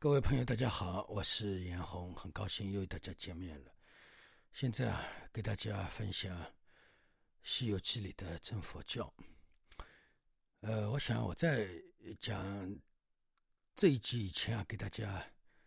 各位朋友大家好，我是严红，很高兴又与大家见面了。现在给大家分享《西游记》里的真佛教。我想我在讲这一集以前给大家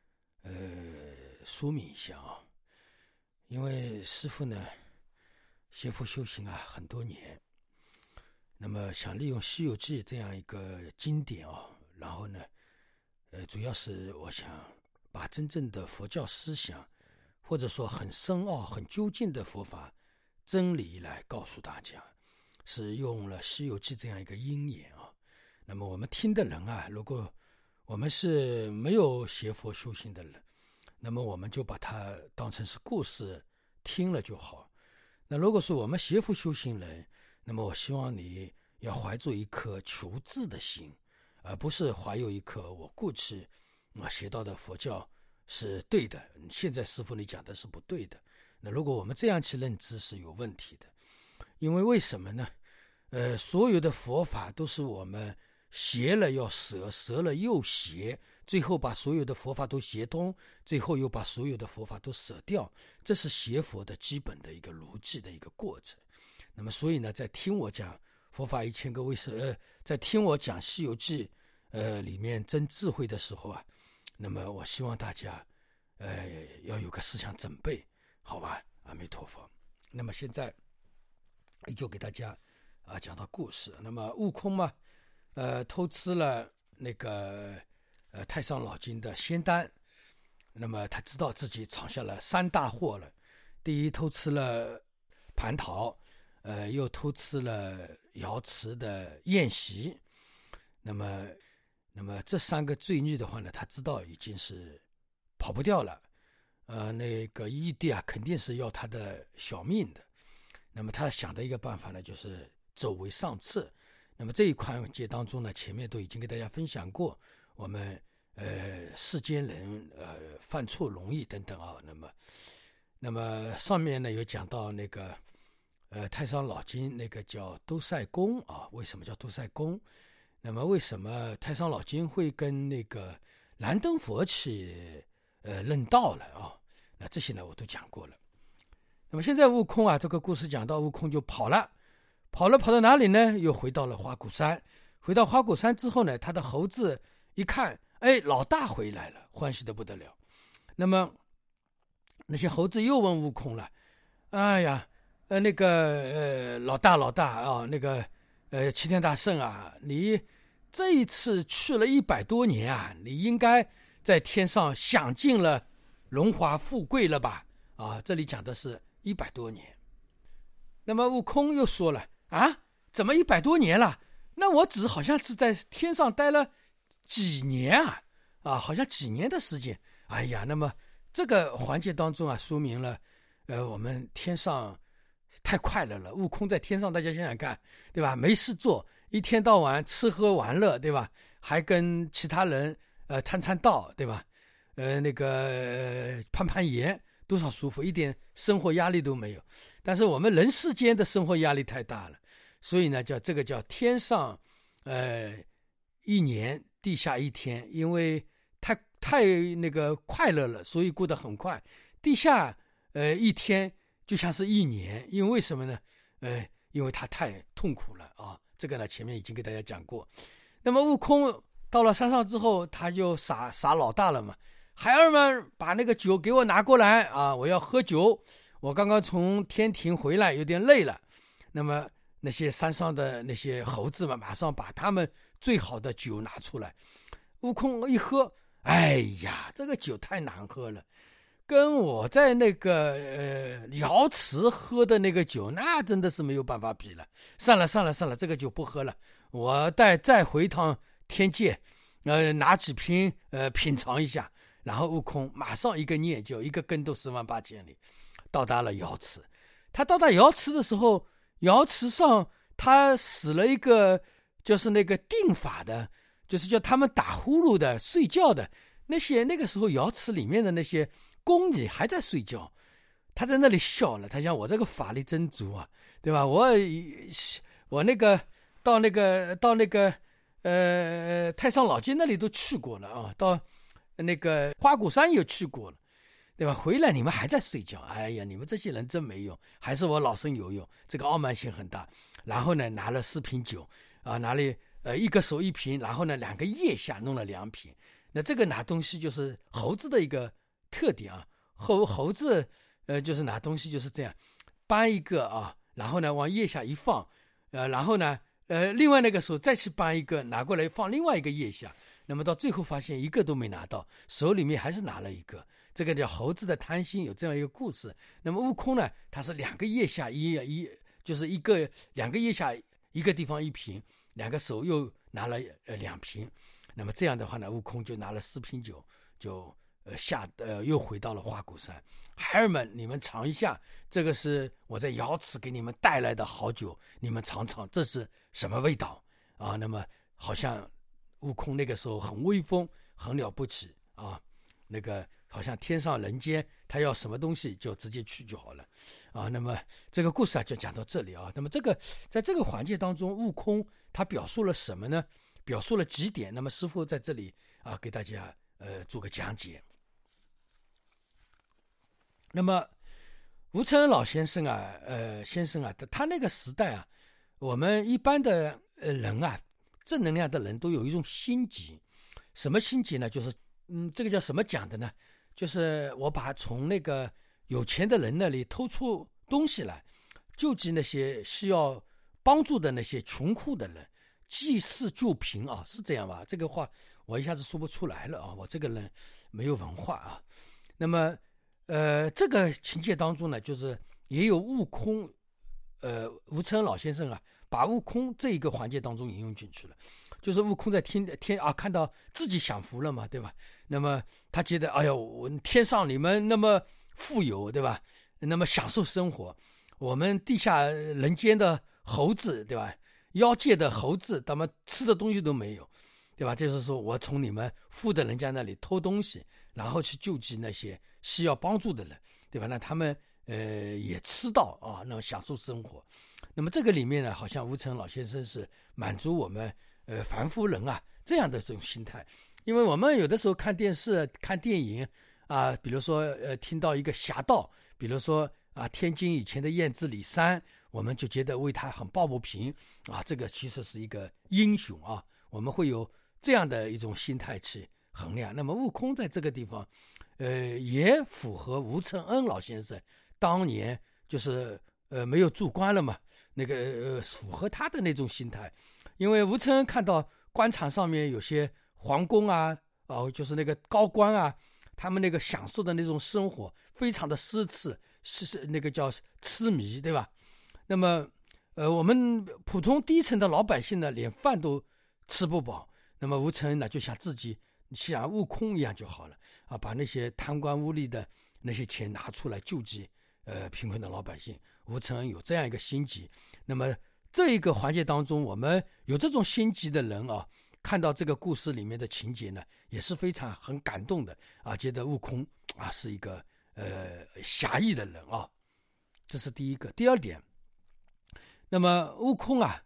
说明一下因为师父呢学佛修行很多年，那么想利用《西游记》这样一个经典然后呢主要是我想把真正的佛教思想，或者说很深奥很究竟的佛法真理来告诉大家，是用了《西游记》这样一个因缘那么我们听的人如果我们是没有学佛修行的人，那么我们就把它当成是故事听了就好。那如果说我们学佛修行人，那么我希望你要怀着一颗求知的心，而不是怀有一颗我过去学到的佛教是对的，现在师父你讲的是不对的。那如果我们这样去认知是有问题的。因为什么呢？所有的佛法都是我们学了要舍，舍了又学，最后把所有的佛法都学通，最后又把所有的佛法都舍掉，这是学佛的基本的一个逻辑的一个过程。那么所以呢，在听我讲佛法1000个为什么，在听我讲《西游记》里面真智慧的时候那么我希望大家要有个思想准备，好吧？阿弥陀佛。那么现在就给大家讲到故事。那么悟空嘛，偷吃了那个太上老君的仙丹，那么他知道自己闯下了3大祸了。第一，偷吃了蟠桃，又偷吃了瑶池的宴席。那么这3个罪孽的话呢，他知道已经是跑不掉了。那个义帝肯定是要他的小命的。那么他想的一个办法呢，就是走为上策。那么这一环节当中呢，前面都已经给大家分享过，我们世间人犯错容易等等那么上面呢有讲到那个太上老君那个叫兜率公为什么叫兜率公？那么为什么太上老君会跟那个燃灯佛去认道了那这些呢我都讲过了。那么现在悟空这个故事讲到悟空就跑到哪里呢？又回到了花果山。回到花果山之后呢，他的猴子一看，老大回来了，欢喜得不得了。那么那些猴子又问悟空了，哎呀，那个老大那个齐天大圣你这一次去了100多年你应该在天上享尽了荣华富贵了吧？这里讲的是100多年。那么悟空又说了怎么100多年了？那我只好像是在天上待了几年好像几年的时间。哎呀，那么这个环节当中说明了我们天上太快乐了。悟空在天上大家想想看，对吧？没事做，一天到晚吃喝玩乐，对吧？还跟其他人谈道，对吧？那个攀岩，多少舒服，一点生活压力都没有。但是我们人世间的生活压力太大了，所以呢这个叫天上1年，地下1天。因为太那个快乐了，所以过得很快。地下1天就像是1年，因为什么呢？因为他太痛苦了这个呢前面已经给大家讲过。那么悟空到了山上之后，他就傻老大了嘛，孩儿们把那个酒给我拿过来我要喝酒，我刚刚从天庭回来有点累了。那么那些山上的那些猴子们马上把他们最好的酒拿出来。悟空一喝，哎呀，这个酒太难喝了，跟我在那个瑶池喝的那个酒那真的是没有办法比了。算了，这个酒不喝了，我再回趟天界拿几瓶品尝一下。然后悟空马上一个念就一个跟斗10万8千里到达了瑶池。他到达瑶池的时候，瑶池上他使了一个就是那个定法的，就是叫他们打呼噜的睡觉的那个时候瑶池里面的那些宫女还在睡觉。他在那里笑了，他想我这个法力真足对吧？我那个到那个太上老君那里都去过了到那个花果山又去过了，对吧？回来你们还在睡觉，哎呀，你们这些人真没用，还是我老孙有用，这个傲慢性很大。然后呢，拿了4瓶酒啊，拿了一个手1瓶，然后呢2个腋下弄了2瓶。那这个拿东西就是猴子的一个特点啊，猴子就是拿东西就是这样，搬一个啊，然后呢往腋下一放，然后呢另外那个手再去搬一个拿过来放另外一个腋下，那么到最后发现一个都没拿到，手里面还是拿了一个。这个叫猴子的贪心，有这样一个故事。那么悟空呢，他是2个腋下就是2个腋下一个地方1瓶，2个手又拿了2瓶。那么这样的话呢，悟空就拿了4瓶酒，就又回到了花果山。孩儿们，你们尝一下，这个是我在瑶池给你们带来的好酒，你们尝尝这是什么味道啊？那么好像悟空那个时候很威风，很了不起啊，那个好像天上人间，他要什么东西就直接去就好了啊。那么这个故事啊就讲到这里啊。那么在这个环节当中，悟空他表述了什么呢？表述了几点。那么师父在这里啊给大家做个讲解。那么吴承恩老先生啊，他那个时代啊，我们一般的人啊，正能量的人都有一种心急。什么心急呢？就是这个叫什么讲的呢？就是我把从那个有钱的人那里偷出东西来，救济那些需要帮助的那些穷苦的人，济世救贫啊，是这样吧？这个话我一下子说不出来了啊，我这个人没有文化啊。那么这个情节当中呢，就是也有悟空，吴承恩老先生啊，把悟空这一个环节当中引用进去了。就是悟空在看到自己享福了嘛，对吧？那么他觉得，哎呦，我天上你们那么富有，对吧？那么享受生活，我们地下人间的猴子，对吧？妖界的猴子，他们吃的东西都没有，对吧？就是说我从你们富的人家那里偷东西，然后去救济那些需要帮助的人，对吧？那他们也吃到啊，那么享受生活。那么这个里面呢，好像吴承恩老先生是满足我们凡夫人啊这样的这种心态。因为我们有的时候看电视看电影啊，比如说听到一个侠盗，比如说啊天津以前的燕子李三，我们就觉得为他很抱不平啊，这个其实是一个英雄啊，我们会有这样的一种心态去衡量。那么悟空在这个地方也符合吴承恩老先生当年就是没有做官了嘛，那个符合他的那种心态。因为吴承恩看到官场上面有些皇宫啊，就是那个高官啊，他们那个享受的那种生活非常的奢侈，是那个叫痴迷，对吧？那么我们普通低层的老百姓呢，连饭都吃不饱。那么吴承恩呢，就像自己像悟空一样就好了啊，把那些贪官污吏的那些钱拿出来救济贫困的老百姓。吴承恩有这样一个心急。那么这一个环节当中，我们有这种心急的人啊，看到这个故事里面的情节呢，也是非常很感动的啊，觉得悟空啊是一个侠义的人啊，这是第一个。第二点，那么悟空啊，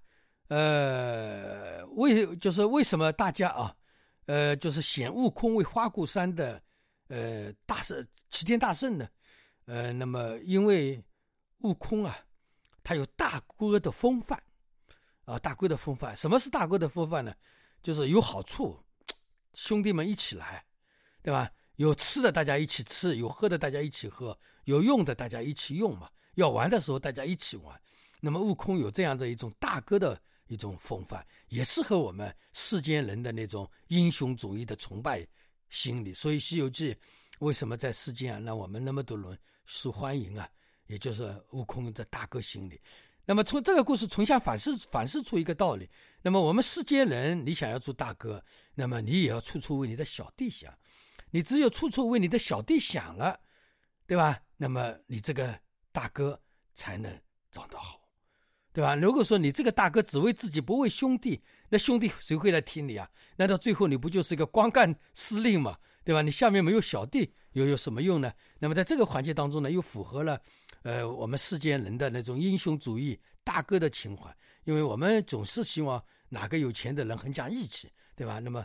为什么大家啊，就是显悟空为花果山的齐天大圣呢？那么因为悟空啊，他有大哥的风范啊，大哥的风范。什么是大哥的风范呢？就是有好处，兄弟们一起来，对吧？有吃的大家一起吃，有喝的大家一起喝，有用的大家一起用嘛。要玩的时候大家一起玩。那么悟空有这样的一种大哥的一种风范，也适合我们世间人的那种英雄主义的崇拜心理。所以《西游记》为什么在世间啊让我们那么多人受欢迎啊？也就是悟空的大哥心理。那么从这个故事从下反思出一个道理。那么我们世间人，你想要做大哥，那么你也要处处为你的小弟想。你只有处处为你的小弟想了，对吧？那么你这个大哥才能长得好，对吧？如果说你这个大哥只为自己不为兄弟，那兄弟谁会来听你啊？那到最后你不就是一个光干司令嘛，对吧？你下面没有小弟又有什么用呢？那么在这个环节当中呢，又符合了我们世间人的那种英雄主义大哥的情怀。因为我们总是希望哪个有钱的人很讲义气，对吧？那么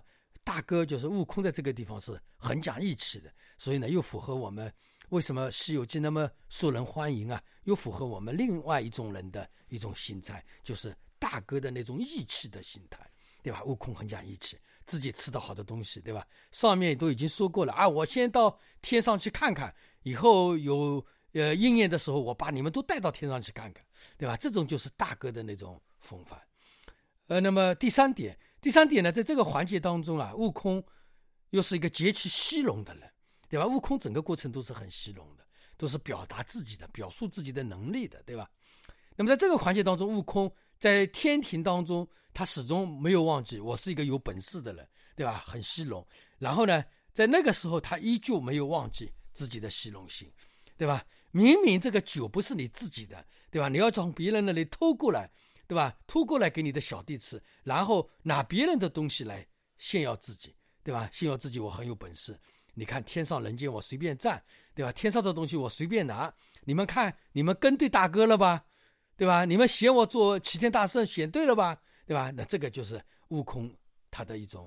大哥就是悟空在这个地方是很讲义气的，所以呢又符合我们为什么《西游记》那么受人欢迎啊，又符合我们另外一种人的一种心态，就是大哥的那种义气的心态，对吧？悟空很讲义气，自己吃到好的东西，对吧？上面都已经说过了啊，我先到天上去看看，以后有应验的时候，我把你们都带到天上去看看，对吧？这种就是大哥的那种风范。那么第三点呢，在这个环节当中啊，悟空又是一个极其虚荣的人，对吧？悟空整个过程都是很虚荣的，都是表达自己的、表述自己的能力的，对吧？那么在这个环节当中，悟空在天庭当中，他始终没有忘记我是一个有本事的人，对吧？很虚荣。然后呢，在那个时候，他依旧没有忘记自己的虚荣心，对吧？明明这个酒不是你自己的，对吧？你要从别人那里偷过来，对吧？偷过来给你的小弟吃，然后拿别人的东西来炫耀自己，对吧？炫耀自己我很有本事。你看天上人间我随便占，对吧？天上的东西我随便拿。你们看，你们跟对大哥了吧？对吧？你们嫌我做齐天大圣选对了吧？对吧？那这个就是悟空他的一种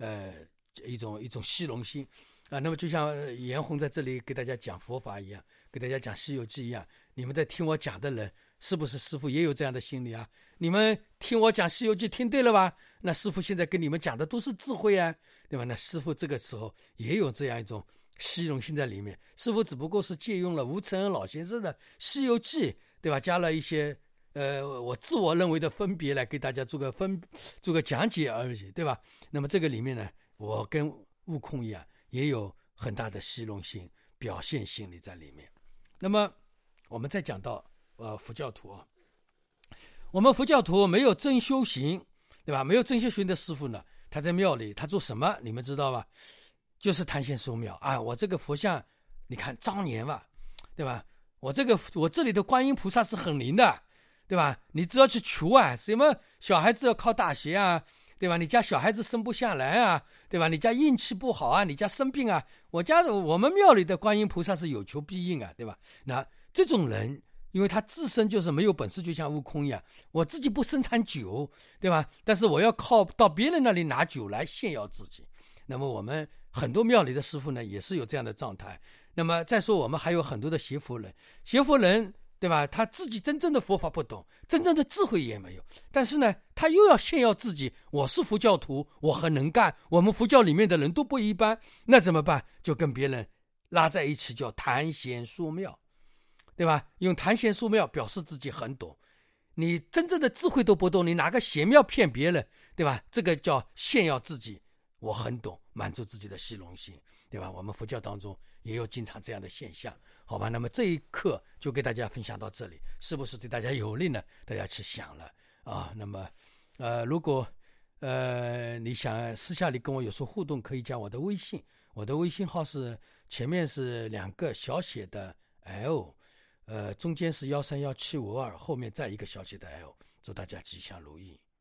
虚荣心啊。那么就像严红在这里给大家讲佛法一样，给大家讲《西游记》一样，你们在听我讲的人，是不是师父也有这样的心理啊？你们听我讲《西游记》听对了吧？那师父现在跟你们讲的都是智慧啊，对吧？那师父这个时候也有这样一种虚荣心在里面。师父只不过是借用了吴承恩老先生的《西游记》，对吧？加了一些我自我认为的分别来给大家做个讲解而已，对吧？那么这个里面呢，我跟悟空一样，也有很大的虚荣心、表现心理在里面。那么我们再讲到佛教徒啊，我们佛教徒没有真修行，对吧？没有真修行的师父呢，他在庙里他做什么？你们知道吧？就是谈仙说庙啊！我这个佛像，你看庄严吧，对吧？我这里的观音菩萨是很灵的，对吧？你只要去求啊，什么小孩子要考大学啊，对吧？你家小孩子生不下来啊，对吧？你家运气不好啊，你家生病啊，我们庙里的观音菩萨是有求必应啊，对吧？那这种人，因为他自身就是没有本事，就像悟空一样，我自己不生产酒，对吧？但是我要靠到别人那里拿酒来炫耀自己。那么我们很多庙里的师父呢，也是有这样的状态。那么再说我们还有很多的邪佛人，对吧？他自己真正的佛法不懂，真正的智慧也没有，但是呢，他又要炫耀自己，我是佛教徒，我很能干，我们佛教里面的人都不一般，那怎么办？就跟别人拉在一起，叫谈贤说妙，对吧？用谈贤说妙表示自己很懂，你真正的智慧都不懂，你拿个贤妙骗别人，对吧？这个叫炫耀自己，我很懂，满足自己的虚荣心，对吧？我们佛教当中也有经常这样的现象，好吧？那么这一课就给大家分享到这里，是不是对大家有利呢？大家去想了啊。那么如果你想私下里跟我有所互动，可以加我的微信，我的微信号是前面是2个小写的 L，中间是1317552，后面再一个小写的 L。祝大家吉祥如意。